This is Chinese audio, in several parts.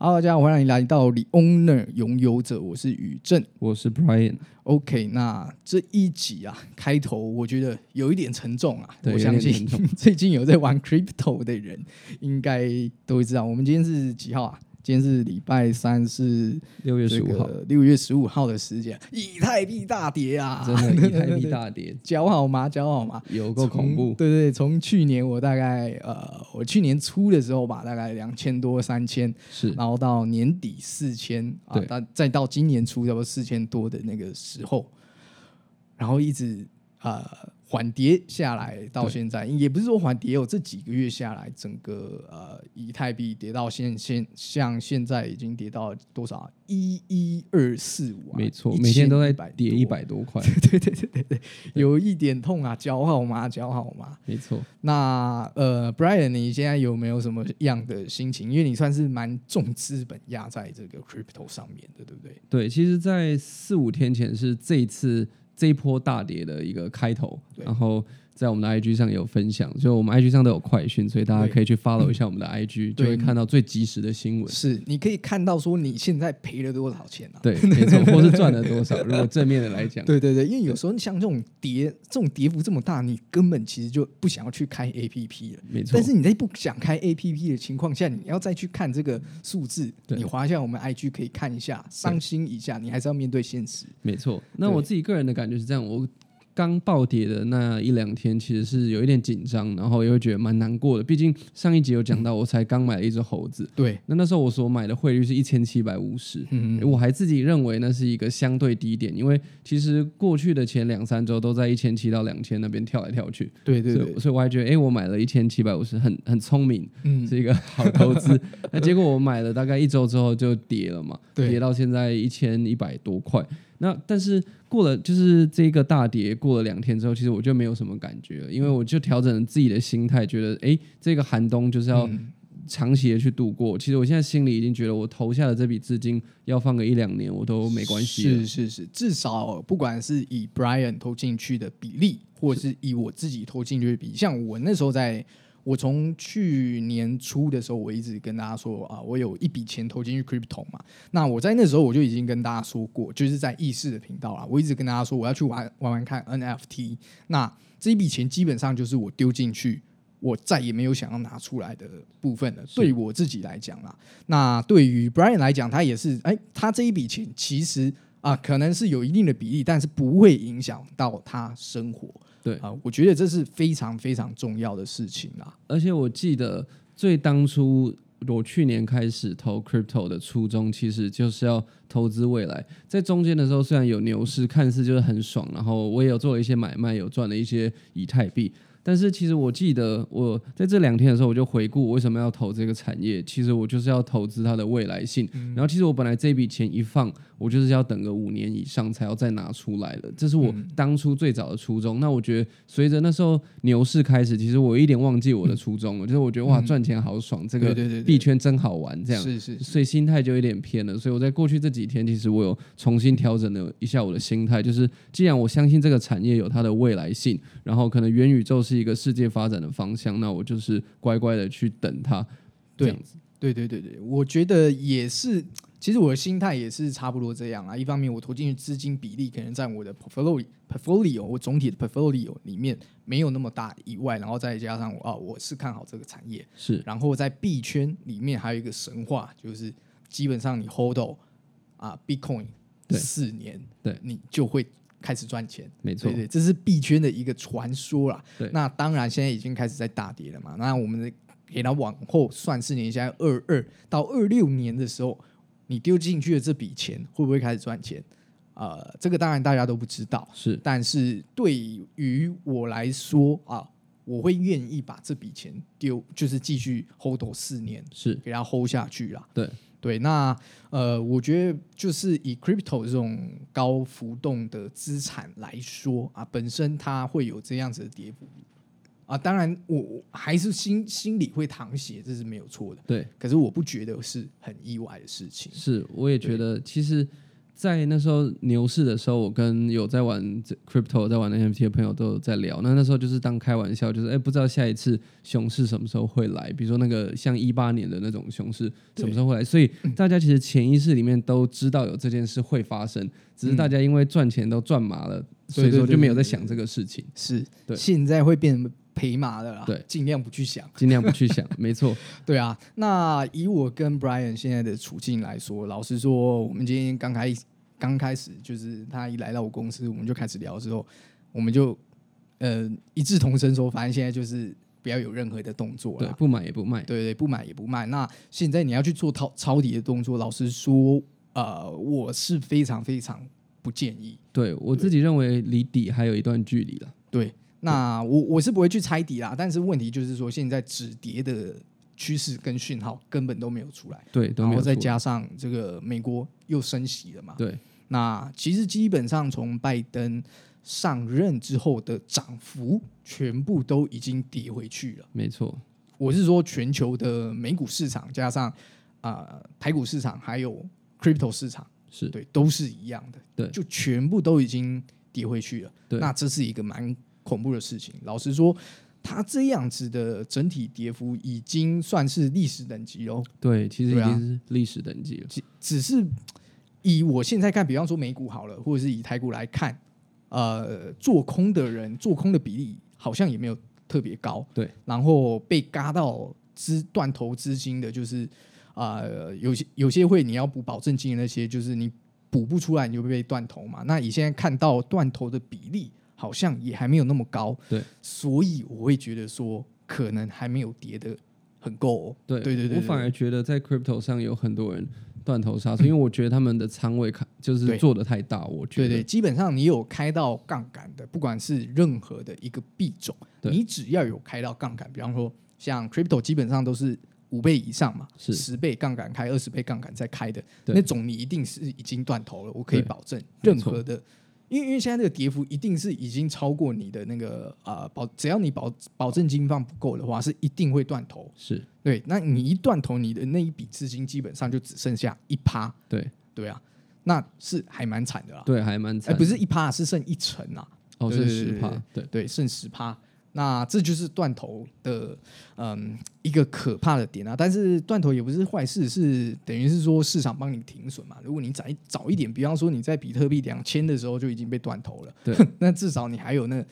Hello，大家好，欢迎来到 The Owner 拥有者，我是宇正， 我是 Brian。 OK， 那这一集啊，开头我觉得有一点沉重啊，我相信最近有在玩 Crypto 的人应该都会知道。我们今天是几号啊？今天是礼拜三，是 6月15号 ，6月15号的时间，以太币大跌啊！ 真的，以太币大跌， 脚好吗？脚好吗？ 有够恐怖。 对对，从去年我大概我去年初的时候吧，大概2000多3000， 是， 然后到年底4000啊，再到今年初差不多4000多的那个时候，然后一直缓跌下来到现在，也不是说缓跌，这几个月下来，整个以太币跌到像现在已经跌到多少？11245啊， 没错，每天都在跌100多块。 对，有一点痛啊，脚好吗？ 没错。 那Brian， 你现在有没有什么样的心情？因为你算是蛮重资本压在这个 crypto 上面的，对不对？ 对，其实，在4-5天前是这一波大跌的一个开头，然后在我们的 IG 上也有分享，就我们 IG 上都有快讯，所以大家可以去 follow 一下我们的 IG，就会看到最及时的新闻。 是，你可以看到说你现在赔了多少钱啊？ 对，没错，或是赚了多少。如果正面的来讲， 对，因为有时候像这种跌幅这么大，你根本其实就不想要去开 APP 了。 没错。 但是你在不想开 APP 的情况下，你要再去看这个数字，你滑一下我们 IG 可以看一下，伤心一下，你还是要面对现实。 没错。那我自己个人的感觉是这样，我刚暴跌的那1-2天，其实是有一点紧张，然后也会觉得蛮难过的。毕竟上一集有讲到，我才刚买了一只猴子。 对， 那时候我所买的汇率是1750，我还自己认为那是一个相对低点，因为其实过去的前2-3周都在1700到2000那边跳来跳去。 对， 所以我还觉得，我买了1750，很聪明，是一个好投资。那结果我买了大概1周之后就跌了嘛，跌到现在1100多块。那但是过了就是这个大跌过了2天之后，其实我就没有什么感觉了，因为我就调整了自己的心态，觉得这个寒冬就是要长期的去度过。其实我现在心里已经觉得，我投下的这笔资金要放个1-2年我都没关系了。 是，至少不管是以 Brian 投进去的比例，或者是以我自己投进去的比例，像我那时候我从去年初的时候，我一直跟大家说我有一笔钱投进去 crypto 嘛。那我在那时候我就已经跟大家说过，就是在意识的频道啦，我一直跟大家说我要去玩看 NFT。那这一笔钱基本上就是我丢进去，我再也没有想要拿出来的部分了。对我自己来讲啦，那对于 Brian 来讲，他也是他这一笔钱其实可能是有一定的比例，但是不会影响到他生活。 对我觉得这是非常非常重要的事情啦。 而且我记得当初我去年开始投 crypto 的初衷，其实就是要投资未来。在中间的时候，虽然有牛市，看似就是很爽，然后我也有做了一些买卖，有赚了一些以太币。但是其实我记得我在这2天的时候，我就回顾我为什么要投这个产业。其实我就是要投资它的未来性。然后其实我本来这笔钱一放，我就是要等个5年以上才要再拿出来了。这是我当初最早的初衷。那我觉得随着那时候牛市开始，其实我有一点忘记我的初衷了，就是我觉得哇赚钱好爽，这个币圈真好玩，这样是， 所以心态就有点偏了。所以我在过去这几天，其实我有重新调整了一下我的心态，就是既然我相信这个产业有它的未来性，然后可能元宇宙是一个世界发展的方向，那我就是乖乖的去等它，这样子。 对，我觉得也是。其实我的心态也是差不多这样啊。一方面，我投进去资金比例可能在我的 portfolio 我总体的 portfolio 里面没有那么大以外，然后再加上我是看好这个产业， 是。然后在币圈里面还有一个神话，就是基本上你 hold Bitcoin 4年， 对， 你就会开始赚钱。 没错， 对，这是币圈的一个传说啦。 对， 那当然现在已经开始在大跌了嘛。那我们给它往后算4年，现在22到26年的时候，你丢进去的这笔钱会不会开始赚钱？这个当然大家都不知道。 是， 但是对于我来说我会愿意把这笔钱就是继续 hold 4年， 是给它 hold 下去啦。 对， 那我觉得就是以 crypto 这种高浮动的资产来说本身它会有这样子的跌幅当然我还是心里会淌血，这是没有错的。 对， 可是我不觉得是很意外的事情。 是，我也觉得其实在那时候牛市的时候，我跟有在玩 crypto、在玩 NFT 的朋友都有在聊。那时候就是当开玩笑，就是不知道下一次熊市什么时候会来，比如说那个像18年的那种熊市什么时候会来。所以大家其实潜意识里面都知道有这件事会发生，只是大家因为赚钱都赚麻了，所以说就没有在想这个事情。 是， 对， 现在会变赔麻的啦， 对， 尽量不去想， 尽量不去想，没错。 对啊，那以我跟 Brian 现在的处境来说，老实说，我们今天刚开始，就是他一来到我公司，我们就开始聊之后，我们就一致同声说，反正现在就是不要有任何的动作啦， 对，不买也不卖， 对，不买也不卖。那现在你要去做抄底的动作，老实说，我是非常非常不建议。 对，我自己认为离底还有一段距离了。 对，那我是不会去猜底啦，但是问题就是说，现在止跌的趋势跟讯号根本都没有出来， 对，都没有出来。 然后再加上这个美国又升息了嘛， 对， 那其实基本上从拜登上任之后的涨幅，全部都已经跌回去了。 没错， 我是说全球的美股市场加上台股市场还有 crypto 市场， 是对，都是一样的， 对， 就全部都已经跌回去了。 对， 那这是一个蛮恐怖的事情。老实说，它这样子的整体跌幅已经算是历史等级喽。 对，其实已经是历史等级了。 只是以我现在看，比方说美股好了，或者是以台股来看，做空的人做空的比例好像也没有特别高。 对， 然后被嘎到断头资金的，就是有些会你要补保证金的那些，就是你补不出来，你就会被断头嘛。那你现在看到断头的比例好像也还没有那么高， 对， 所以我会觉得说，可能还没有跌得很够哦。 对， 对， 我反而觉得在 crypto 上有很多人断头杀出，因为我觉得他们的仓位就是做的太大。我觉得对，基本上你有开到杠杆的，不管是任何的一个币种，你只要有开到杠杆，比方说像 crypto 基本上都是5倍以上嘛， 是 10倍杠杆开、20倍杠杆再开的那种，你一定是已经断头了。我可以保证，任何的，因为现在这个跌幅一定是已经超过你的那个只要你保证金放不够的话，是一定会断头。 是对，那你一断头，你的那一笔资金基本上就只剩下1%。对啊，那是还蛮惨的啦。 对，还蛮惨。 不是1%，是剩1%啊。 哦，剩10%。 对，剩10%。那这就是断头的一个可怕的点啊，但是断头也不是坏事，是等于是说市场帮你停损嘛。如果你早一点，比方说你在比特币2000的时候就已经被断头了， 对， 那至少你还有那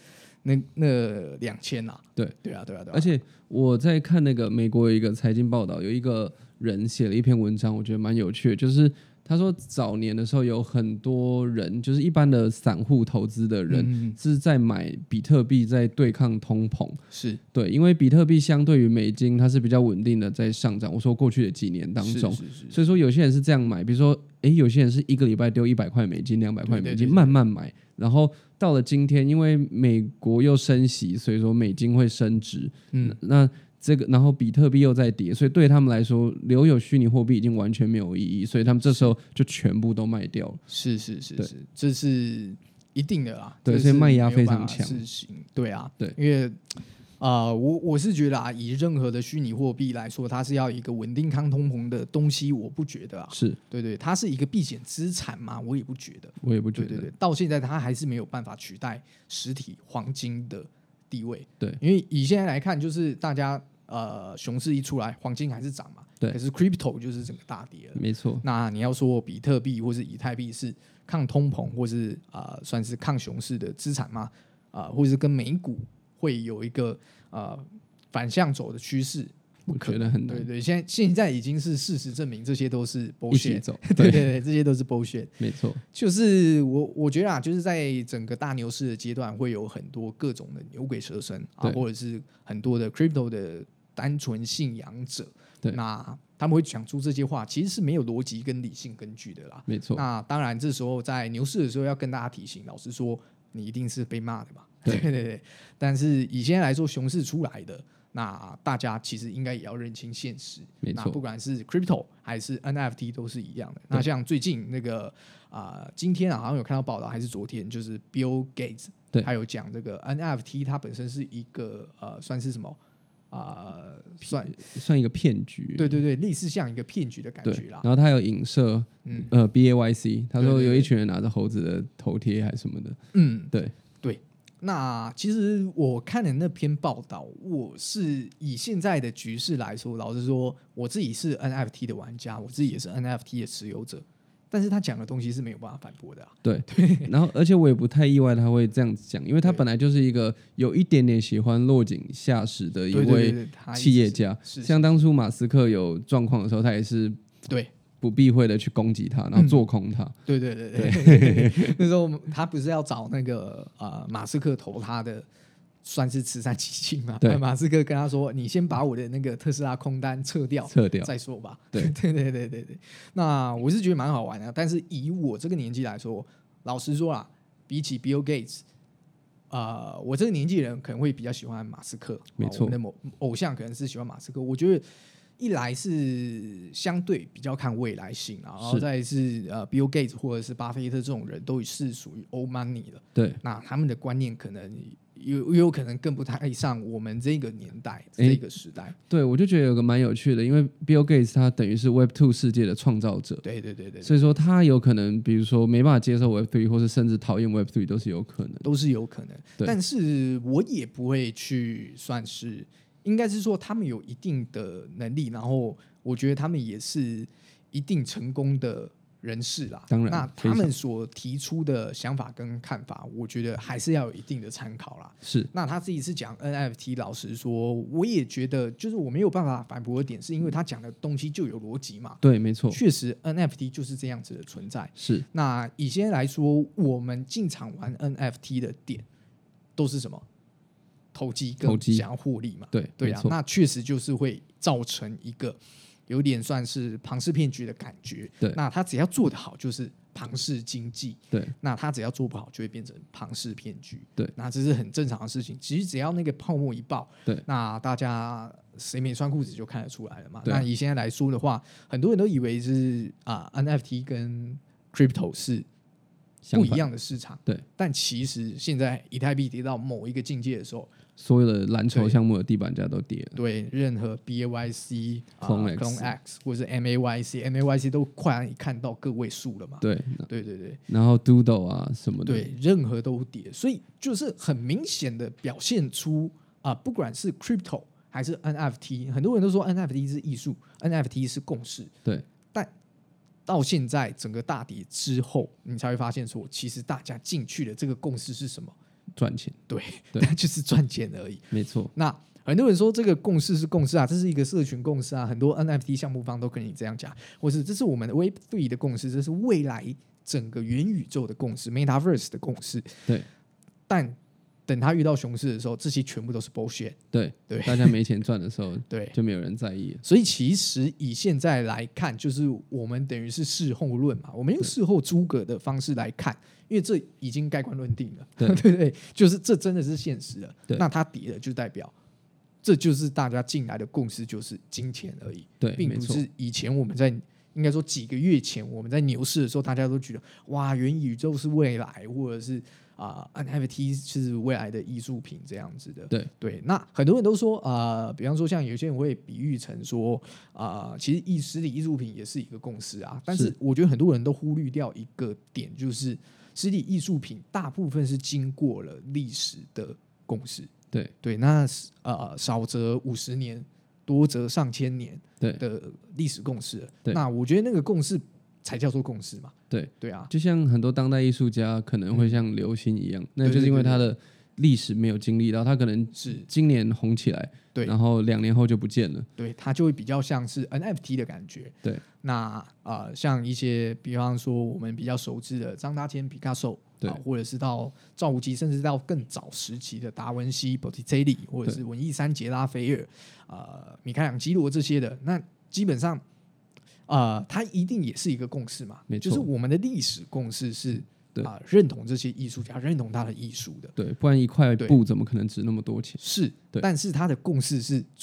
2000啊。对啊。 而且我在看那个美国有一个财经报道，有一个人写了一篇文章，我觉得蛮有趣的，就是他说早年的时候有很多人，就是一般的散户投资的人是在买比特币，在对抗通膨。 是对，因为比特币相对于美金，它是比较稳定的在上涨。我说过去的几年当中，所以说有些人是这样买，比如说，有些人是一个礼拜丢100块美金、200块美金，慢慢买，然后到了今天，因为美国又升息，所以说美金会升值。那这个，然后比特币又在跌，所以对他们来说，留有虚拟货币已经完全没有意义，所以他们这时候就全部都卖掉了。 是，这是一定的啦。 对，所以卖压非常强。 对啊， 对， 因为我是觉得啊，以任何的虚拟货币来说，它是要一个稳定抗通膨的东西，我不觉得啊。 是， 对，它是一个避险资产嘛，我也不觉得。 对， 到现在它还是没有办法取代实体黄金的地位。 对， 因为以现在来看，就是大家熊市一出来，黄金还是涨嘛。 对， 可是 crypto 就是整个大跌了。 没错。 那你要说比特币或是以太币是抗通膨或是算是抗熊市的资产吗？或是跟美股会有一个反向走的趋势？ 我觉得很难。 对，现在已经是事实证明，这些都是 bullshit。一起走。 对，这些都是 bullshit。 没错。 就是我觉得啊，就是在整个大牛市的阶段，会有很多各种的牛鬼蛇神啊，或者是很多的 crypto 的单纯信仰者。那他们会讲出这些话，其实是没有逻辑跟理性根据的啦。 没错。 那当然，这时候在牛市的时候要跟大家提醒，老实说，你一定是被骂的嘛。对。但是以现在来说，熊市出来的，那大家其实应该也要认清现实。 没错。 那不管是 crypto 还是 NFT 都是一样的。那像最近那个今天好像有看到报道，还是昨天，就是 Bill Gates 他有讲这个 NFT，它本身是一个算是什么算一个骗局。 对对对，类似像一个骗局的感觉啦。 然后他有影射BAYC， 他说有一群人拿着猴子的头贴还是什么的。对对。那其实我看了那篇报道，我是以现在的局势来说，老实说，我自己是 NFT 的玩家，我自己也是 NFT 的持有者，但是他讲的东西是没有办法反驳的。 对，然后而且我也不太意外他会这样子讲，因为他本来就是一个有一点点喜欢落井下石的一位企业家。像当初马斯克有状况的时候，他也是对不避讳的去攻击他，然后做空他。 对，那时候他不是要找那个马斯克投他的算是慈善基金嘛？对，马斯克跟他说：“你先把我的那个特斯拉空单撤掉再说吧。”对。那我是觉得蛮好玩的，但是以我这个年纪来说，老实说啦，比起 Bill Gates，我这个年纪的人可能会比较喜欢马斯克。 没错， 我们的偶像可能是喜欢马斯克。我觉得一来是相对比较看未来性，然后再是Bill Gates 或者是巴菲特这种人都是属于 old money 了。 对， 那他们的观念可能有可能更不太上我们这个年代这个时代。 对，我就觉得有个蛮有趣的，因为 Bill Gates 他等于是 Web2 世界的创造者。 对， 所以说他有可能比如说没办法接受 Web3， 或是甚至讨厌 Web3 都是有可能。但是我也不会去算是，应该是说他们有一定的能力，然后我觉得他们也是一定成功的人士啦。 当然， 那他们所提出的想法跟看法，我觉得还是要有一定的参考啦。 是， 那他自己是讲 NFT， 老实说，我也觉得就是我没有办法反驳的点，是因为他讲的东西就有逻辑嘛。 对，没错， 确实 NFT 就是这样子的存在。 是， 那以现在来说，我们进场玩 NFT 的点都是什么？投机跟想要获利嘛。对啊，那确实就是会造成一个有点算是庞氏骗局的感觉。 对， 那他只要做得好就是庞氏经济。 对， 那他只要做不好就会变成庞氏骗局。 对， 那这是很正常的事情。其实只要那个泡沫一爆， 对， 那大家谁没穿裤子就看得出来了嘛。那以现在来说的话，很多人都以为是NFT 跟 Crypto 是不一样的市场。 对， 但其实现在以太币跌到某一个境界的时候， 所有的蓝筹项目的地板价都跌了。 对，任何 BAYC、Clone X 或者是 MAYC 都快看到个位数了嘛。对。 然后 Doodle 啊什么的， 对，任何都跌，所以就是很明显的表现出不管是 Crypto 还是 NFT， 很多人都说 NFT 是艺术 ，NFT 是共识。 对， 但到现在整个大跌之后，你才会发现说，其实大家进去的这个共识是什么？ 赚钱。 对，但就是赚钱而已。 没错。 那很多人说这个共识是共识啊，这是一个社群共识啊，很多 NFT 项目方都跟你这样讲，或是这是我们的 Web3 的共识，这是未来整个元宇宙的共识 ，Metaverse 的共识。 对， 但等他遇到熊市的时候，这些全部都是 bullshit。 对，大家没钱赚的时候， 对， 就没有人在意了。 所以其实以现在来看，就是我们等于是事后论嘛，我们用事后诸葛的方式来看，因为这已经盖棺论定了，对，就是这真的是现实了。那它跌了，就代表这就是大家进来的共识，就是金钱而已， 对， 并不是以前我们在。应该说几个月前我们在牛市的时候，大家都觉得哇，元宇宙是未来，或者是NFT 是未来的艺术品这样子的。对，那很多人都说比方说像有些人会比喻成说其实实体艺术品也是一个共识啊，但是我觉得很多人都忽略掉一个点，就是实体艺术品大部分是经过了历史的共识。对，那少则50年。多则上千年的历史共识了，那我觉得那个共识才叫做共识嘛。对啊， 就像很多当代艺术家可能会像流星一样，那就是因为他的历史没有经历到，他可能是今年红起来，对，然后2年后就不见了， 对，他就会比较像是 NFT 的感觉。对，那像一些比方说我们比较熟知的张大千、皮卡丘。或者是到赵无极，甚至到更早时期的达文西、Botticelli， 或者是文艺三杰、拉斐尔、米开朗基罗这些的，那基本上它一定也是一个共识嘛，就是我们的历史共识是认同这些艺术家，认同他的艺术的。 对，不然一块布怎么可能值那么多钱？ 是，但是他的共识是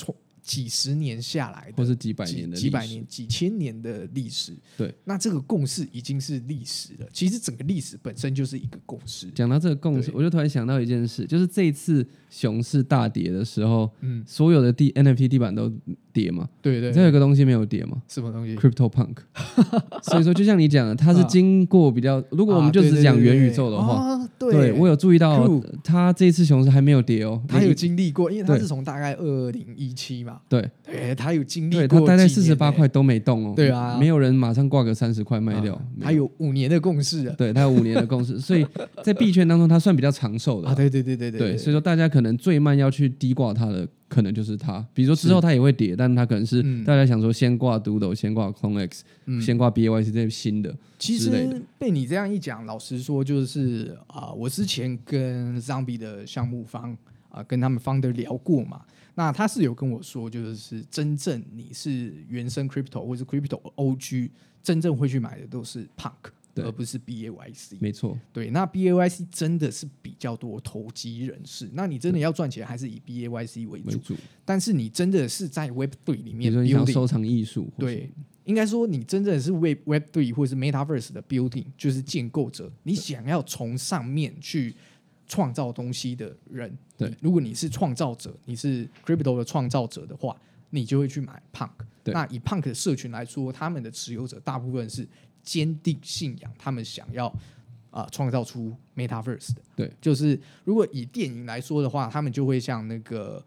几十年下来的， 或是几百年的历史， 几百年、几千年的历史。 对， 那这个共识已经是历史了。其实整个历史本身就是一个共识。 讲到这个共识，我就突然想到一件事，就是这一次熊市大跌的时候，所有的NFT 地板都跌嘛。 对对， 你知道有个东西没有跌吗？ 什么东西 ？CryptoPunk。所以说，就像你讲的，它是经过比较，如果我们就只讲元宇宙的话，对我有注意到，它这一次熊市还没有跌哦， 它有经历过，因为它是从大概2017嘛， 对， 它有经历过， 对，它待在48块都没动哦， 对啊， 没有人马上挂个30块卖掉， 它有5年的共识了， 对，它有5年的共识，所以在币圈当中，它算比较长寿的啊，对， 所以说大家可能最慢要去低挂它的，可能就是它，比如说之后它也会跌，但它可能是大家想说先挂 Doodle， 先挂 CloneX， 先挂 BAYC 这些新的。 其实被你这样一讲，老实说，就是我之前跟 Zombie 的项目方跟他们founder聊过嘛，那他是有跟我说，就是真正你是原生 crypto 或是 crypto OG， 真正会去买的都是 Punk，而不是 BAYC。没错， 对，那 BAYC 真的是比较多投机人士，那你真的要赚钱，还是以 BAYC 为主。但是你真的是在 Web3 里面，比如说你想收藏艺术， 对。应该说，你真正的是 Web3 或是 Metaverse 的 building， 就是建构者，你想要从上面去创造东西的人。 对， 如果你是创造者，你是 Crypto 的创造者的话，你就会去买 Punk。那以 Punk 的社群来说，他们的持有者大部分是坚定信仰，他们想要创造出 Metaverse 的。 对， 就是如果以电影来说的话，他们就会像那个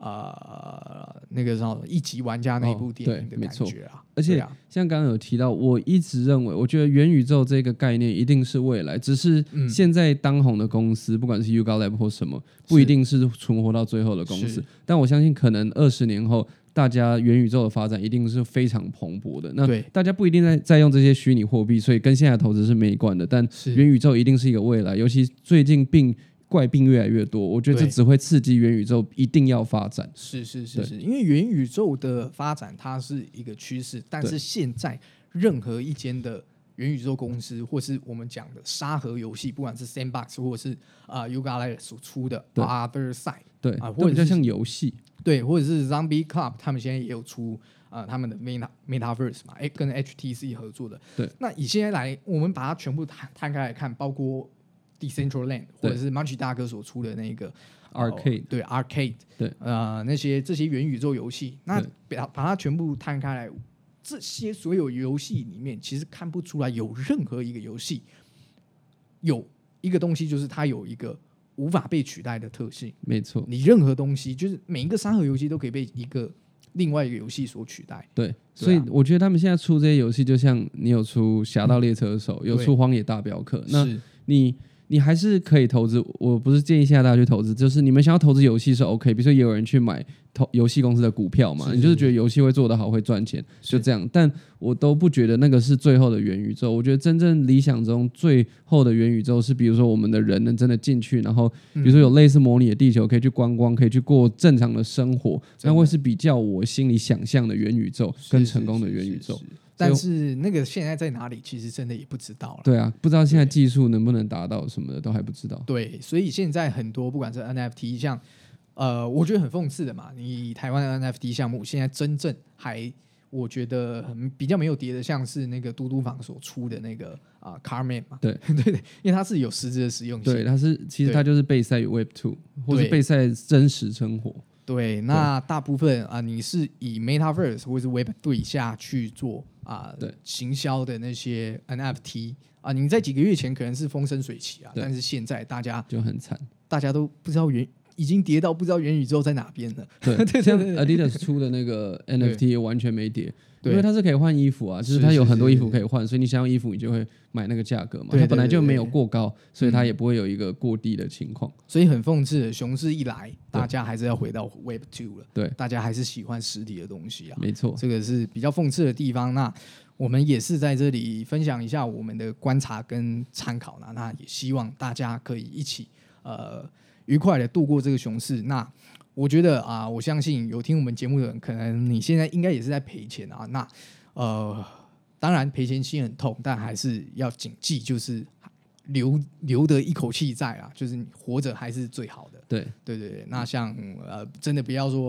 叫一级玩家那部电影的感觉啊。 而且像刚刚有提到，我一直认为，我觉得元宇宙这个概念一定是未来，只是现在当红的公司，不管是 Yuga Lab 或什么，不一定是存活到最后的公司。但我相信，可能20年后，大家元宇宙的发展一定是非常蓬勃的。那大家不一定在用这些虚拟货币，所以跟现在的投资是没关的。但元宇宙一定是一个未来，尤其最近怪病越来越多，我觉得这只会刺激元宇宙一定要发展。 是，因为元宇宙的发展它是一个趋势，但是现在任何一间的元宇宙公司，或是我们讲的沙盒游戏，不管是 Sandbox 或者是Yuga Labs 所出的 Other Side， 对或者比较像游戏， 对，或者是 Zombie Club， 他们现在也有出他们的 Metaverse 嘛，跟 HTC 合作的。对，那以现在来，我们把它全部摊开来看，包括Decentraland 或者是 Munchie 大哥所出的那个 Arcade， 对 Arcade， 对这些元宇宙游戏，那把它全部摊开来，这些所有游戏里面，其实看不出来有任何一个游戏有一个东西，就是它有一个无法被取代的特性。 没错， 你任何东西，就是每一个沙盒游戏都可以被另外一个游戏所取代。 对，所以我觉得他们现在出这些游戏，就像你有出《侠盗猎车手》，有出《荒野大镖客》，那你还是可以投资。我不是建议现在大家去投资，就是你们想要投资游戏是 OK， 比如说也有人去买游戏公司的股票嘛，你就是觉得游戏会做得好，会赚钱，就这样。但我都不觉得那个是最后的元宇宙。我觉得真正理想中最后的元宇宙是，比如说我们的人能真的进去，然后比如说有类似模拟的地球，可以去观光，可以去过正常的生活，那会是比较我心里想象的元宇宙跟成功的元宇宙。 但是那个现在在哪里，其实真的也不知道了。 对啊，不知道现在技术能不能达到什么的，都还不知道。 对，所以现在很多不管是 NFT， 像我觉得很讽刺的嘛，你台湾的 NFT 项目现在真正我觉得比较没有跌的，像是那个嘟嘟房所出的那个Carman 嘛，对，因为它是有实质的实用性， 对，其实它就是备赛于 Web2， 或是备赛真实生活。 对，那大部分你是以 Metaverse 或是 Web3 下去做行销的那些 NFT 你在几个月前可能是风生水起但是现在大家就很惨， 大家都不知道已经跌到不知道元宇宙在哪边了。 对，像 Adidas 出的那个 NFT 完全没跌。因为它是可以换衣服就是它有很多衣服可以换，所以你想要衣服，你就会买那个价格嘛。它本来就没有过高，所以它也不会有一个过低的情况。 所以很讽刺的，熊市一来，大家还是要回到 Web2 了。 对， 大家还是喜欢实体的东西没错， 这个是比较讽刺的地方。那我们也是在这里分享一下我们的观察跟参考那也希望大家可以一起愉快的度过这个熊市。那我觉得我相信有听我们节目的人，可能你现在应该也是在赔钱那当然赔钱心很痛，但还是要谨记，就是留得一口气在就是你活着还是最好的。对，那像真的不要说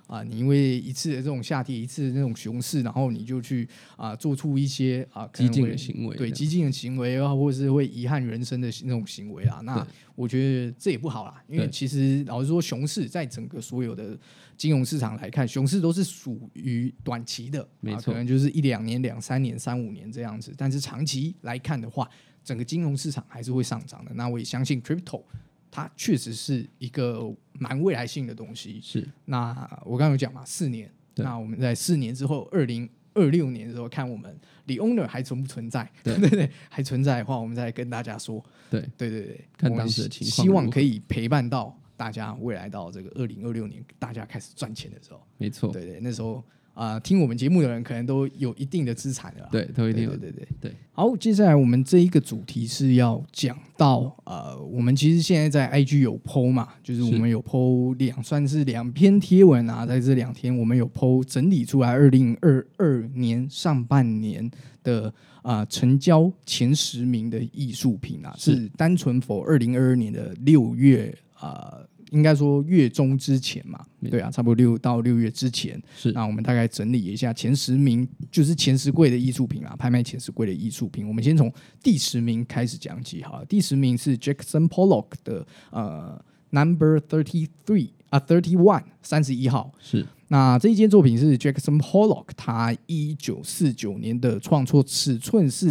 你因为一次的这种下跌，一次的那种熊市，然后你就去做出一些激进的行为， 对激进的行为啊，或者是会遗憾人生的那种行为啦。那我觉得这也不好啦，因为其实老实说，熊市在整个所有的金融市场来看，熊市都是属于短期的， 没错， 可能就是1-2年、2-3年、3-5年这样子。但是长期来看的话，整个金融市场还是会上涨的。那我也相信 crypto 它确实是一个蛮未来性的东西。 是， 那我刚刚有讲嘛，4年，那我们在4年之后，2026年的时候，看我们 the owner 还存不存在，对对对，还存在的话，我们再跟大家说。对对对对， 看当时的情况， 希望可以陪伴到大家未来到这个2026年，大家开始赚钱的时候。 没错， 对对，那时候听我们节目的人可能都有一定的资产了啦， 对，都一定有， 对。好，接下来我们这一个主题是要讲到我们其实现在在 IG 有 po 嘛，就是我们有 po 算是2篇贴文啊，在这2天我们有 po 整理出来2022年上半年的成交前10名的艺术品啊，是单纯 for 2022年的6月应该说月中之前嘛，对啊，差不多6月之前。是，那我们大概整理一下前10名，就是前10贵的艺术品啊，拍卖前10贵的艺术品。我们先从第10名开始讲起好了。第10名是 Jackson Pollock 的Number 31 31号。是。那这一件作品是 Jackson Pollock 他1949年的创作，尺寸是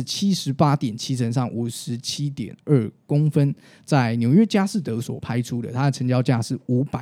78.7×57.2 公分，在纽约佳士得所拍出的。它的成交价是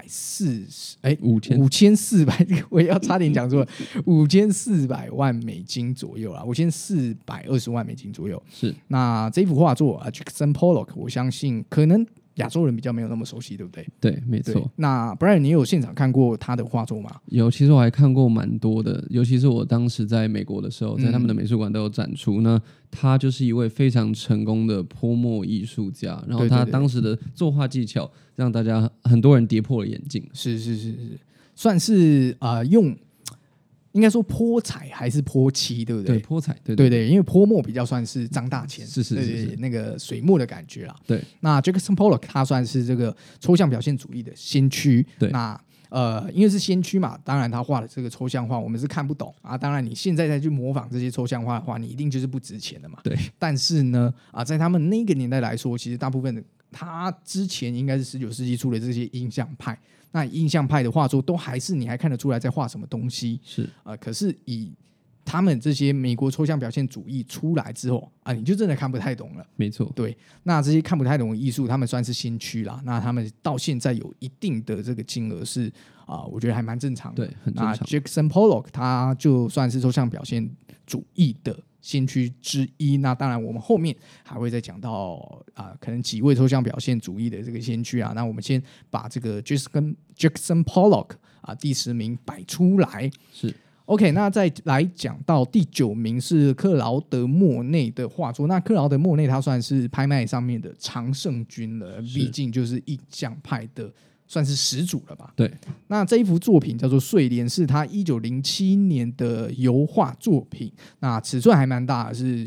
5400，我要差点讲错了，5400万美金左右啦，5420万美金左右。是，那这幅画作Jackson Pollock 我相信可能亚洲人比较没有那么熟悉，对不对？ 对，没错。 那 Brian 你有现场看过他的画作吗？ 有，其实我还看过蛮多的，尤其是我当时在美国的时候，在他们的美术馆都有展出。那他就是一位非常成功的泼墨艺术家，然后他当时的作画技巧让大家很多人跌破了眼镜。 是，算是用。应该说泼彩还是泼漆，对不对？ 对，泼彩，对， 因为泼墨比较算是张大千，是那个水墨的感觉啦。对，那 Jackson Pollock 他算是这个抽象表现主义的先驱。对，那因为是先驱嘛，当然他画的这个抽象画我们是看不懂啊。当然你现在再去模仿这些抽象画的话，你一定就是不值钱的嘛。对，但是呢在他们那个年代来说，其实大部分的他之前应该是19世纪初的这些印象派。那印象派的画作都还是你还看得出来在画什么东西，是可是以他们这些美国抽象表现主义出来之后你就真的看不太懂了。没错，对，那这些看不太懂的艺术，他们算是先驱啦。那他们到现在有一定的这个金额是我觉得还蛮正常的。对，很正常。那 Jackson Pollock 他就算是抽象表现主义的先驱之一。那当然我们后面还会再讲到可能几位抽象表现主义的这个先驱啊。那我们先把这个 Jackson Pollock 第10名摆出来。是 OK， 那再来讲到第9名是克劳德莫内的画作。那克劳德莫内他算是拍卖上面的常胜军了，毕竟就是印象派的算是始祖了吧。对，那这一幅作品叫做《睡莲》，是他1907年的油画作品。那尺寸还蛮大的，是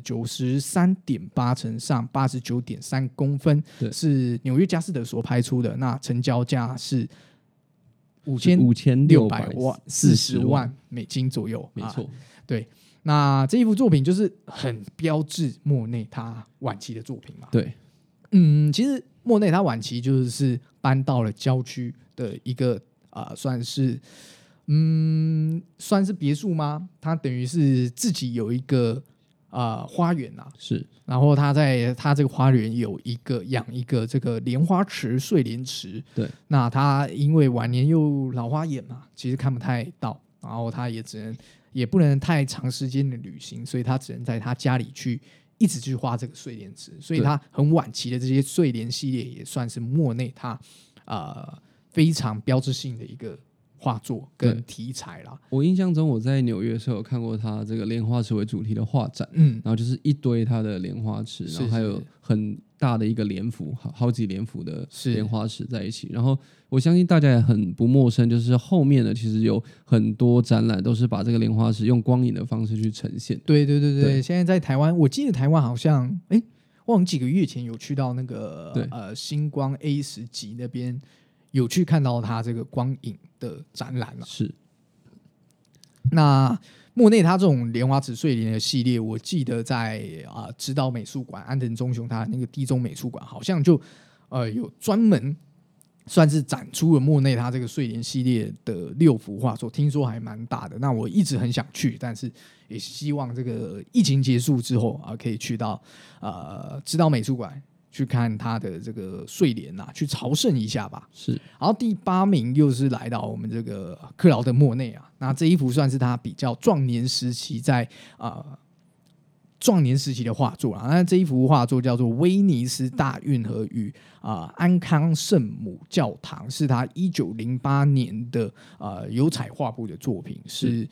93.8×89.3 公分，是纽约佳士得所拍出的。那成交价是5640万美金左右。没错，对。那这一幅作品就是很标志莫内他晚期的作品嘛。对，其实莫内他晚期就是搬到了郊区的一个算是别墅吗？他等于是自己有一个花园啊，是，然后他在他这个花园有养一个这个莲花池，睡莲池。对，那他因为晚年又老花眼嘛，其实看不太到，然后他也不能太长时间的旅行，所以他只能在他家里一直去画这个睡莲池。所以他很晚期的这些睡莲系列也算是莫内他非常标志性的一个画作跟题材啦。我印象中我在纽约的时候有看过他这个莲花池为主题的画展，然后就是一堆他的莲花池，然后还有很大的一个莲幅，好几莲幅的莲花池在一起。然后我相信大家也很不陌生，就是后面的其实有很多展览都是把这个莲花池用光影的方式去呈现。对，现在在台湾，我记得台湾好像忘了几个月前有去到那个星光 A10级那边。有去看到他这个光影的展览了。是， 那莫内他这种莲花池睡莲的系列，我记得在指导美术馆安藤忠雄他那个地中美术馆好像就有专门算是展出了莫内他这个睡莲系列的6幅画作，听说还蛮大的。那我一直很想去，但是也希望这个疫情结束之后可以去到指导美术馆去看他的这个睡莲去朝圣一下吧。 是， 然后第8名又是来到我们这个克劳德莫内那这一幅算是他比较壮年时期在壮年时期的画作那这一幅画作叫做《威尼斯大运河与安康圣母教堂》，是他1908年的油彩画布的作品，是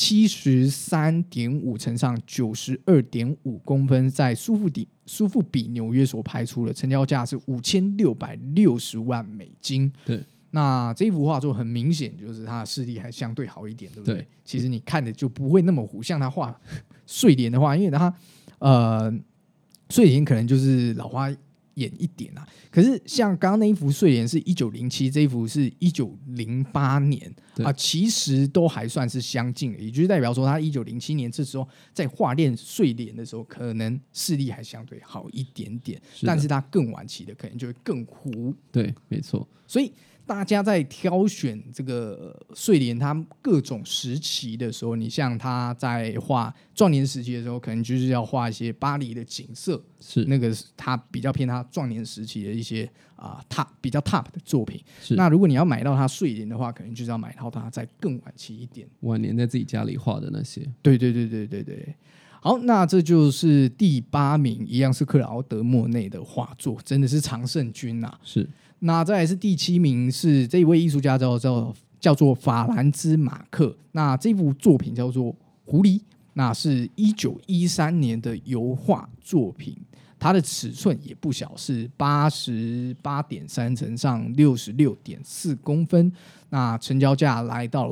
73.5乘上92.5公分，在苏富比纽约所拍出的，成交价是5660万美金。 对。 那这一幅画作很明显就是他的视力还相对好一点，对不对？ 对， 其实你看的就不会那么糊，像他画睡莲的话，因为他睡莲可能就是老花眼一点可是像刚刚那一幅睡莲是1907，这一幅是1908年其实都还算是相近的，也就是代表说他1907年这时候在画睡莲的时候，可能视力还相对好一点点，但是他更晚期的可能就会更糊。 对，没错。 所以大家在挑选这个睡莲他各种时期的时候，你像他在画壮年时期的时候，可能就是要画一些巴黎的景色， 是那个他比较偏他壮年时期的一些比较 top 的作品。 是， 那如果你要买到他睡莲的话，可能就是要买到他再更晚期一点， 晚年在自己家里画的那些。 对。好，那这就是第8名，一样是克劳德莫内的画作，真的是常胜军是。 那再来是第7名，是这一位艺术家叫做法兰兹马克。那这幅作品叫做《狐狸》，那是1913年的油画作品，它的尺寸也不小，是88.3乘上66.4公分。那成交价来到了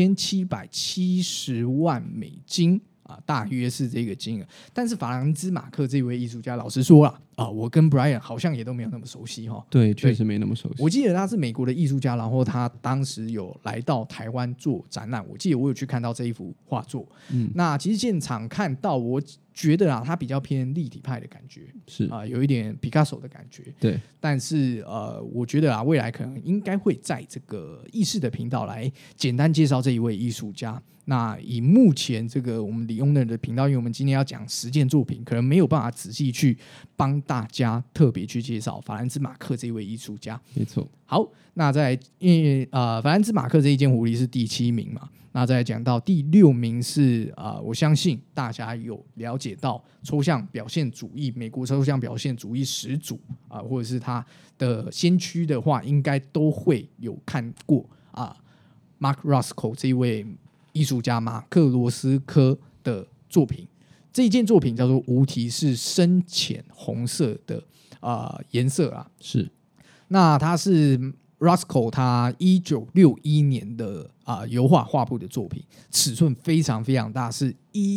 5770万美金。大约是这个金额，但是法兰兹马克这位艺术家，老实说我跟 Brian 好像也都没有那么熟悉对，确实没那么熟悉。 我记得他是美国的艺术家，然后他当时有来到台湾做展览，我记得我有去看到这一幅画作。那其实现场看到，我觉得他比较偏立体派的感觉， 是有一点 Picasso 的感觉。 对， 但是我觉得未来可能应该会在这个意识的频道来简单介绍这一位艺术家。那以目前这个我们李庸的频道，因为我们今天要讲实践作品，可能没有办法仔细去帮大家特别去介绍法兰兹马克这一位艺术家。 没错。 好，那在因为法兰兹马克这一件狐狸是第7名嘛，那再讲到第6名是我相信大家有了解到抽象表现主义，美国抽象表现主义始祖或者是他的先驱的话，应该都会有看过Mark Rothko 这一位艺术家马克罗斯科的作品。这一件作品叫做无题，是深浅红色的颜色是。 那它是 Rothko 他1961年的油画画布的作品，尺寸非常非常大，是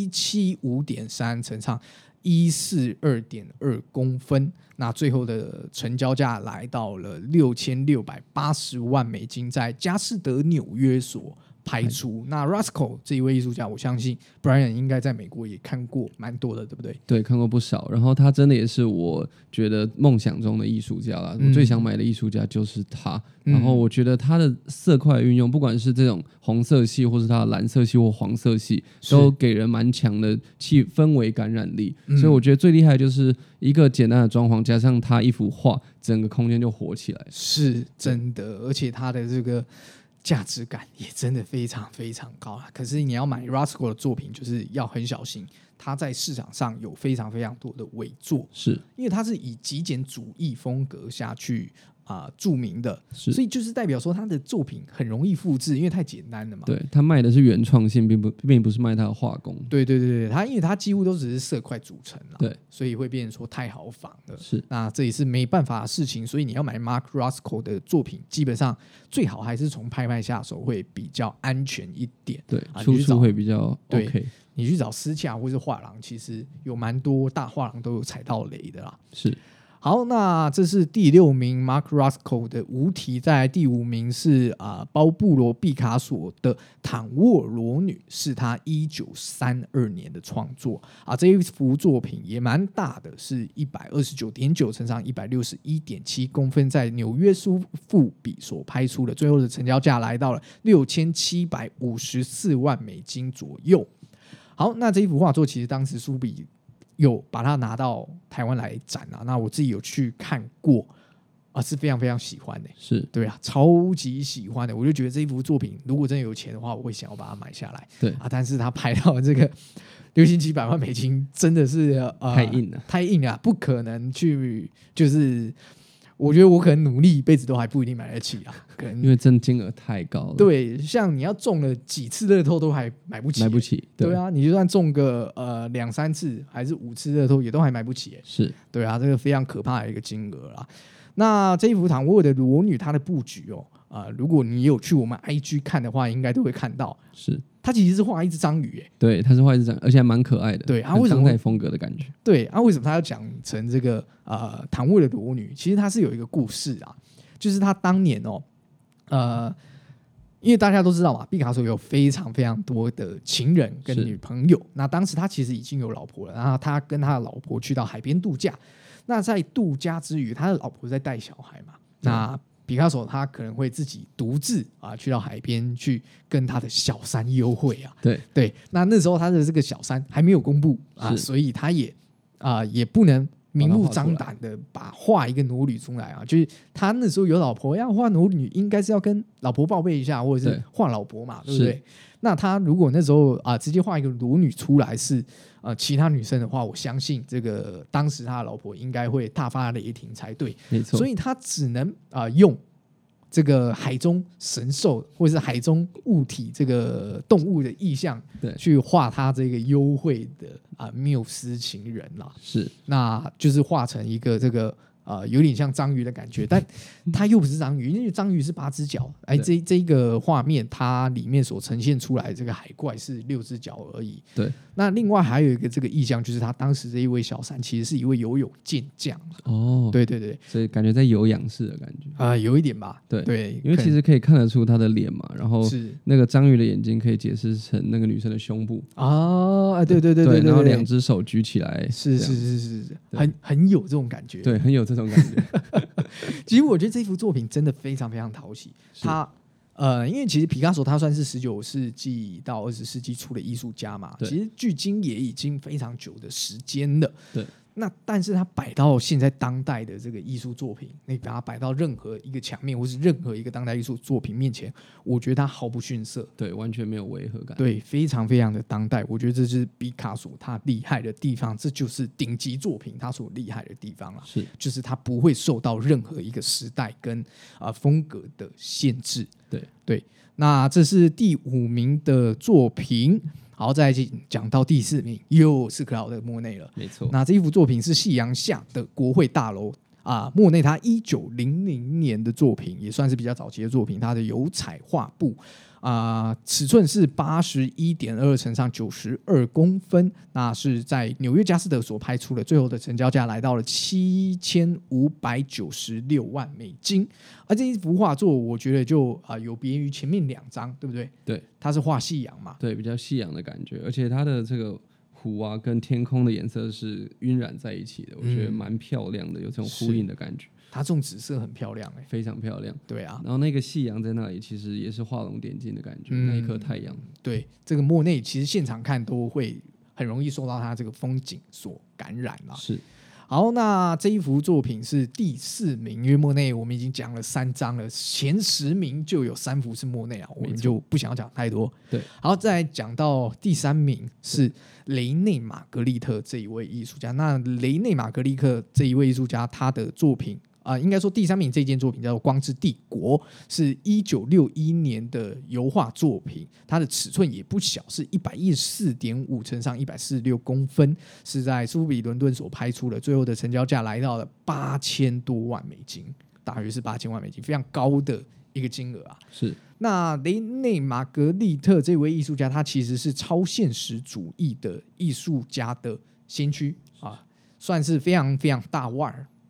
175.3乘上142.2公分。那最后的成交价来到了6680万美金，在佳士得纽约所拍出。那 Rothko 这一位艺术家，我相信 Brian 应该在美国也看过蛮多的，对不对？ 对，看过不少。然后他真的也是我觉得梦想中的艺术家啦，我最想买的艺术家就是他。然后我觉得他的色块运用，不管是这种红色系，或是他的蓝色系或黄色系，都给人蛮强的氛围感染力。所以我觉得最厉害的就是一个简单的装潢，加上他一幅画，整个空间就活起来。 是真的，而且他的这个价值感也真的非常非常高可是你要买 Rothko 的作品，就是要很小心，他在市场上有非常非常多的伪作， 是因为他是以极简主义风格下去著名的，所以就是代表说他的作品很容易复制，因为太简单了嘛。 对，他卖的是原创性，并不是卖他的画工。 对，因为他几乎都只是色块组成了， 对， 所以会变成说太好仿了。 是， 那这也是没办法的事情，所以你要买 Mark Rothko 的作品，基本上最好还是从拍卖下手，会比较安全一点。 对，出处会比较 OK。 对，你去找私洽或是画廊，其实有蛮多大画廊都有踩到雷的啦。 是。 好，那这是第6名 Mark Rothko 的无题，再来第5名是包布罗毕卡索的躺卧裸女，是他1932年的创作这一幅作品也蛮大的，是 129.9 乘上 161.7 公分，在纽约苏富比所拍出的，最后的成交价来到了$6754万左右。好，那这一幅画作其实当时苏比有把它拿到台湾来展那我自己有去看过是非常非常喜欢的， 是对超级喜欢的。我就觉得这一幅作品如果真的有钱的话，我会想要把它买下来。 对但是他拍到这个$6700万，真的是太硬了，不可能去就是我觉得我可能努力一辈子都还不一定买得起可能因为真金额太高了。 对，像你要中了几次乐透都还买不起，对你就算中个2-3次还是5次乐透也都还买不起是对这个非常可怕的一个金额啦。那这一幅躺卧的裸女，它的布局如果你有去我们 IG 看的话，应该都会看到， 是它其实是画一只章鱼对，它是画一只章鱼，而且还蛮可爱的， 对为什么当代风格的感觉？ 对为什么它要讲成这个躺卧的裸女？其实它是有一个故事就是他当年因为大家都知道嘛，毕卡索有非常非常多的情人跟女朋友，那当时他其实已经有老婆了，然后他跟他的老婆去到海边度假，那在度假之余，他的老婆在带小孩嘛，那毕卡索他可能会自己独自去到海边去跟他的小三幽会对，那时候他的这个小三还没有公布所以他也不能明目张胆的画一个裸女出来就是他那时候有老婆，要画裸女应该是要跟老婆报备一下，或者是画老婆嘛，对不对？那他如果那时候直接画一个裸女出来是其他女生的话，我相信这个当时他的老婆应该会大发雷霆才对， 没错。 所以他只能用这个海中神兽或者是海中物体这个动物的意象去画他这个幽会的缪斯情人啦， 是， 那就是画成一个这个有点像章鱼的感觉，但它又不是章鱼，因为章鱼是8只脚，这个画面它里面所呈现出来这个海怪是6只脚而已。 对， 那另外还有一个这个意象，就是他当时这一位小三其实是一位游泳健将对， 所以感觉在有仰视的感觉有一点吧， 对，因为其实可以看得出他的脸嘛，然后那个章鱼的眼睛可以解释成那个女生的胸部对，然后2只手举起来， 是很有这种感觉， 对，很有这种感觉。 其实我觉得这幅作品真的非常非常讨喜，它因为其实皮卡索他算是19世纪到20世纪初的艺术家嘛，其实距今也已经非常久的时间了。 对， 那但是他摆到现在当代的这个艺术作品，你把它摆到任何一个墙面或是任何一个当代艺术作品面前，我觉得它毫不逊色， 对，完全没有违和感， 对，非常非常的当代。我觉得这是毕卡索他厉害的地方，这就是顶级作品他所厉害的地方了，就是他不会受到任何一个时代跟风格的限制。对，那这是第5名的作品。好，再讲到第4名，又是克劳德·莫内了。 没错， 那这一幅作品是夕阳下的国会大楼莫内他1900年的作品，也算是比较早期的作品。他的油彩画布尺寸是81.2乘上92公分，那是在纽约佳士得所拍出的，最后的成交价来到了$7596万。而这一幅画作，我觉得就有别于前面2张，对不对？ 对， 它是画夕阳嘛， 对，比较夕阳的感觉，而且它的这个湖跟天空的颜色是晕染在一起的，我觉得蛮漂亮的，有这种呼应的感觉。 它这种紫色很漂亮非常漂亮。 对啊， 然后那个夕阳在那里，其实也是画龙点睛的感觉，那一颗太阳。 对，这个莫内其实现场看都会很容易受到它这个风景所感染啦。 是。 好，那这一幅作品是第4名，因为莫内我们已经讲了3张了，前10名就有3幅是莫内我们就不想要讲太多。 对， 好，再来讲到第3名是雷内玛格丽特这一位艺术家。那雷内玛格丽特这一位艺术家，他的作品应该说第3名这件作品叫做《光之帝国》，是1961年的油画作品，它的尺寸也不小，是114.5乘上146公分，是在苏富比伦敦所拍出的，最后的成交价来到了$8000多万，大约是$8000万，非常高的一个金额是。 那雷内玛格丽特这位艺术家，他其实是超现实主义的艺术家的先驱算是非常非常大腕儿。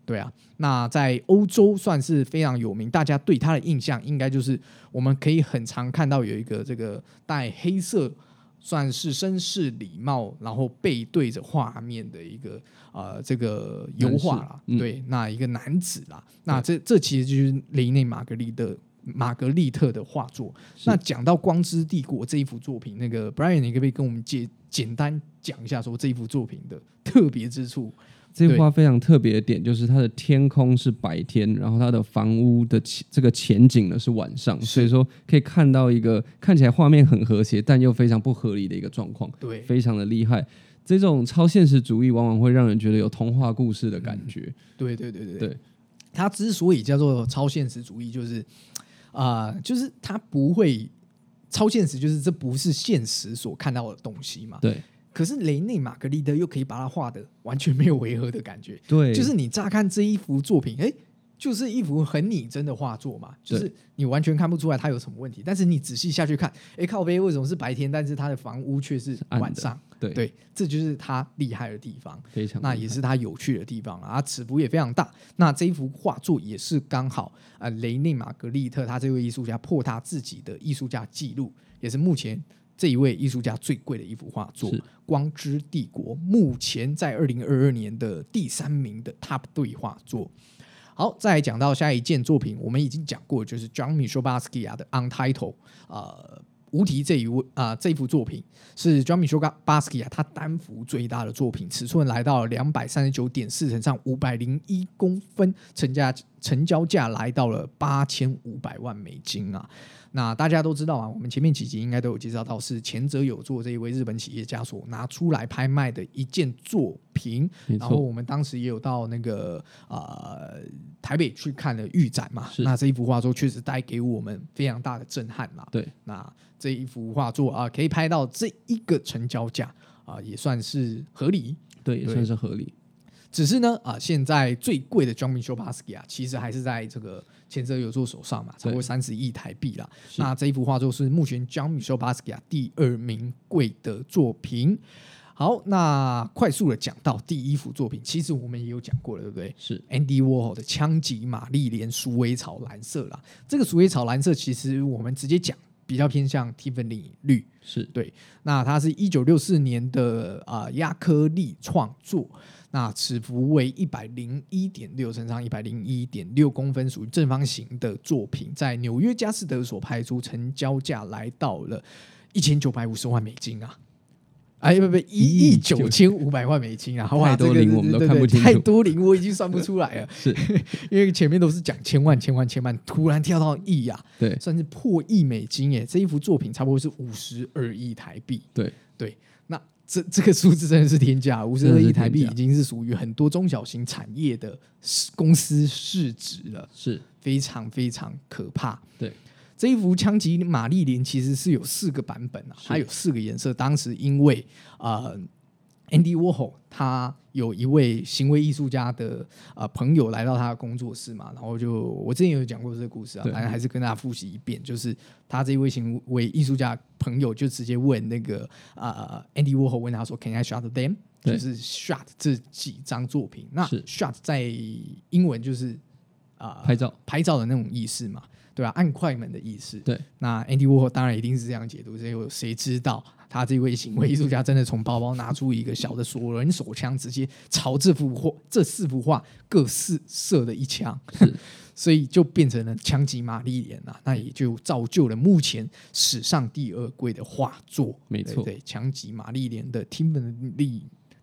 对啊，那在欧洲算是非常有名，大家对他的印象应该就是我们可以很常看到有一个这个戴黑色算是绅士礼帽，然后背对着画面的一个这个油画啦，对，那一个男子啦，那这其实就是雷内玛格丽特的画作。那讲到《光之帝国》这一幅作品，那个 Brian， 你可不可以跟我们简单讲一下，说这一幅作品的特别之处？ 这幅画非常特别的点就是它的天空是白天，然后它的房屋的这个前景呢是晚上，所以说可以看到一个看起来画面很和谐但又非常不合理的一个状况，对，非常的厉害。这种超现实主义往往会让人觉得有童话故事的感觉。 对，它之所以叫做超现实主义，就是它不会超现实，就是这不是现实所看到的东西嘛。对。可是雷内玛格丽特又可以把它画的完全没有违和的感觉，对，就是你乍看这一幅作品，就是一幅很拟真的画作嘛，就是你完全看不出来它有什么问题，但是你仔细下去看，靠北为什么是白天，但是它的房屋却是晚上？对，这就是它厉害的地方，非常，那也是它有趣的地方啊，尺幅也非常大。那这一幅画作也是刚好雷内玛格丽特他这位艺术家破他自己的艺术家纪录，也是目前这一位艺术家最贵的一幅画作《光之帝国》，目前在2022年的第3名的 Top 3画作。好，再来讲到下一件作品，我们已经讲过，就是 Jean-Michel Basquiat 的 Untitled 无题这一幅作品是 Jean-Michel Basquiat 他单幅最大的作品，尺寸来到了239.4乘上501公分，成交价来到了8500万美金啊。那大家都知道啊，我们前面几集应该都有介绍到，是前泽友作这一位日本企业家所拿出来拍卖的一件作品。然后我们当时也有到那个台北去看了预展嘛，那这一幅画作确实带给我们非常大的震撼啦。对，那这一幅画作可以拍到这一个成交价也算是合理，对，也算是合理。只是呢，现在最贵的 Jean-Michel Basquiat 其实还是在这个前泽友作手上嘛，超过30亿台币啦。那这一幅画作是目前 Jean-Michel Basquiat 第2名贵的作品。好，那快速的讲到第一幅作品，其实我们也有讲过了，对不对？是 Andy Warhol 的枪击玛丽莲鼠尾草蓝色啦。这个鼠尾草蓝色其实我们直接讲比较偏向 Tiffany 绿，是对。那它是1964年的亚克力创作。那尺幅为101.6乘上101.6公分，属于正方形的作品，在纽约佳士得所拍出，成交价来到了1950万美金啊！1亿9500万美金啊！太多零我们都看不清楚，太多零我已经算不出来了，是因为前面都是讲千万，突然跳到亿啊，对，算是破亿美金耶！这一幅作品差不多是52亿台币，对，那。这个数字真的是天价，52亿台币已经是属于很多中小型产业的公司市值了，是非常非常可怕。对，这一幅枪击玛丽莲其实是有4个版本啊，它有4个颜色。当时因为Andy Warhol 他有一位行为艺术家的朋友来到他的工作室嘛，然后我之前有讲过这个故事啊，反正还是跟大家复习一遍，就是他这一位行为艺术家朋友就直接问那个Andy Warhol 问他说 Can I shot them？ 就是 shot 这几张作品，那 shot 在英文就是拍照的那种意思嘛，对吧？按快门的意思。对，那 Andy Warhol 当然一定是这样解读，所以谁知道他这位行为艺术家真的从包包拿出一个小的索伦手枪，直接朝这4幅画各射了一枪，所以就变成了枪击玛丽莲啊，那也就造就了目前史上第2贵的画作。没错，对，枪击玛丽莲的 Tiffany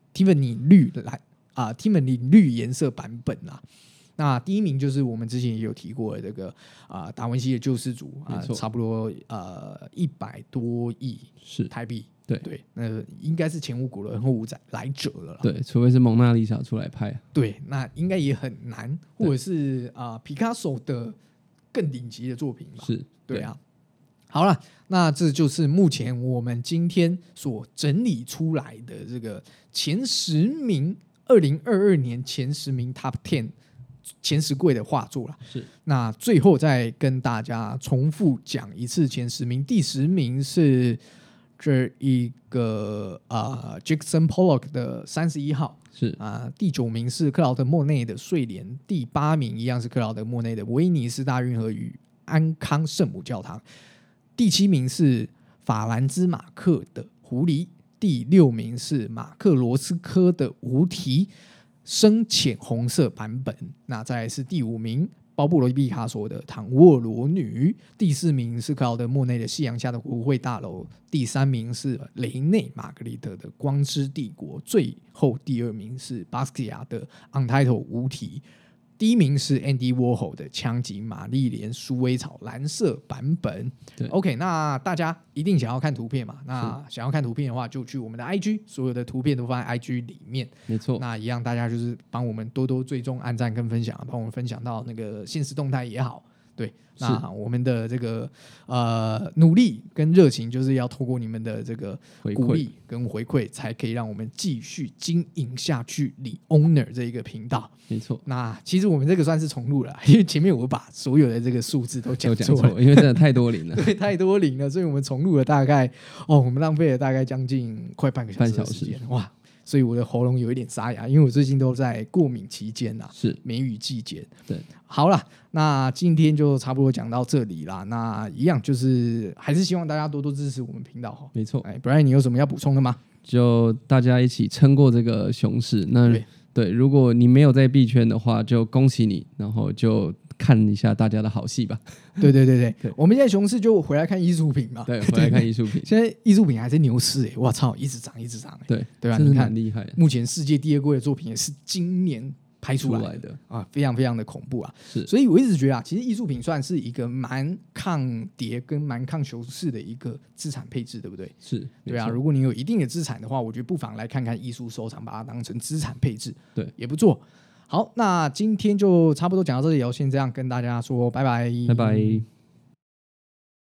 绿颜色版本啊。那第1名就是我们之前也有提过的这个达文西的救世主差不多100多亿台币。对，那应该是前无古人后无来者了啦。对，除非是蒙娜丽莎出来拍。对，那应该也很难，或者是皮卡索的更顶级的作品嘛。是，对啊。好了，那这就是目前我们今天所整理出来的这个前10名，2022年前10名 Top 10。前10贵的画作啦，是。那最后再跟大家重复讲一次前10名，第10名是这一个Jackson Pollock 的31号是第9名是克劳德莫内的睡莲，第8名一样是克劳德莫内的威尼斯大运河与安康圣母教堂，第7名是法兰兹马克的狐狸，第6名是马克罗斯科的无题深浅红色版本，那再来是第5名鲍布罗毕卡索的躺卧裸女，第4名是克劳德莫内的夕阳下的国会大楼，第3名是雷内玛格丽特的光之帝国，最后第2名是巴斯克亚的 Untitled 无题，第1名是 Andy Warhol 的枪击玛丽莲鼠尾草蓝色版本。OK， 那大家一定想要看图片嘛？那想要看图片的话，就去我们的 IG， 所有的图片都放在 IG 里面。 没错， 那一样大家就是帮我们多多追踪、按赞跟分享，帮我们分享到那个现实动态也好。对，那我们的这个努力跟热情，就是要透过你们的这个鼓励跟回馈，才可以让我们继续经营下去。The Owner 这一个频道， 没错。 那其实我们这个算是重录了，因为前面我把所有的这个数字都讲错了， 因为真的太多零了， 对，太多零了，所以我们重录了大概我们浪费了大概将近快半个小时的时间，哇！所以我的喉咙有一点沙哑，因为我最近都在过敏期间呐， 是梅雨季节。 对， 好了，那今天就差不多讲到这里啦。那一样就是还是希望大家多多支持我们频道哈。 没错， 不然你有什么要补充的吗？ 就大家一起撑过这个熊市。那对，如果你没有在币圈的话，就恭喜你，然后就看一下大家的好戏吧。 对，我们现在熊市就回来看艺术品嘛。 对，回来看艺术品。 现在艺术品还是牛市我操，一直涨。对吧？ 你看，厉害。 目前世界第2贵的作品也是今年拍出来的非常非常的恐怖啊！ 是， 所以我一直觉得其实艺术品算是一个蛮抗跌跟蛮抗熊市的一个资产配置，对不对？ 是， 对啊。如果你有一定的资产的话，我觉得不妨来看看艺术收藏，把它当成资产配置， 对， 也不错。好，那今天就差不多讲到这里，先这样跟大家说拜拜， 拜拜。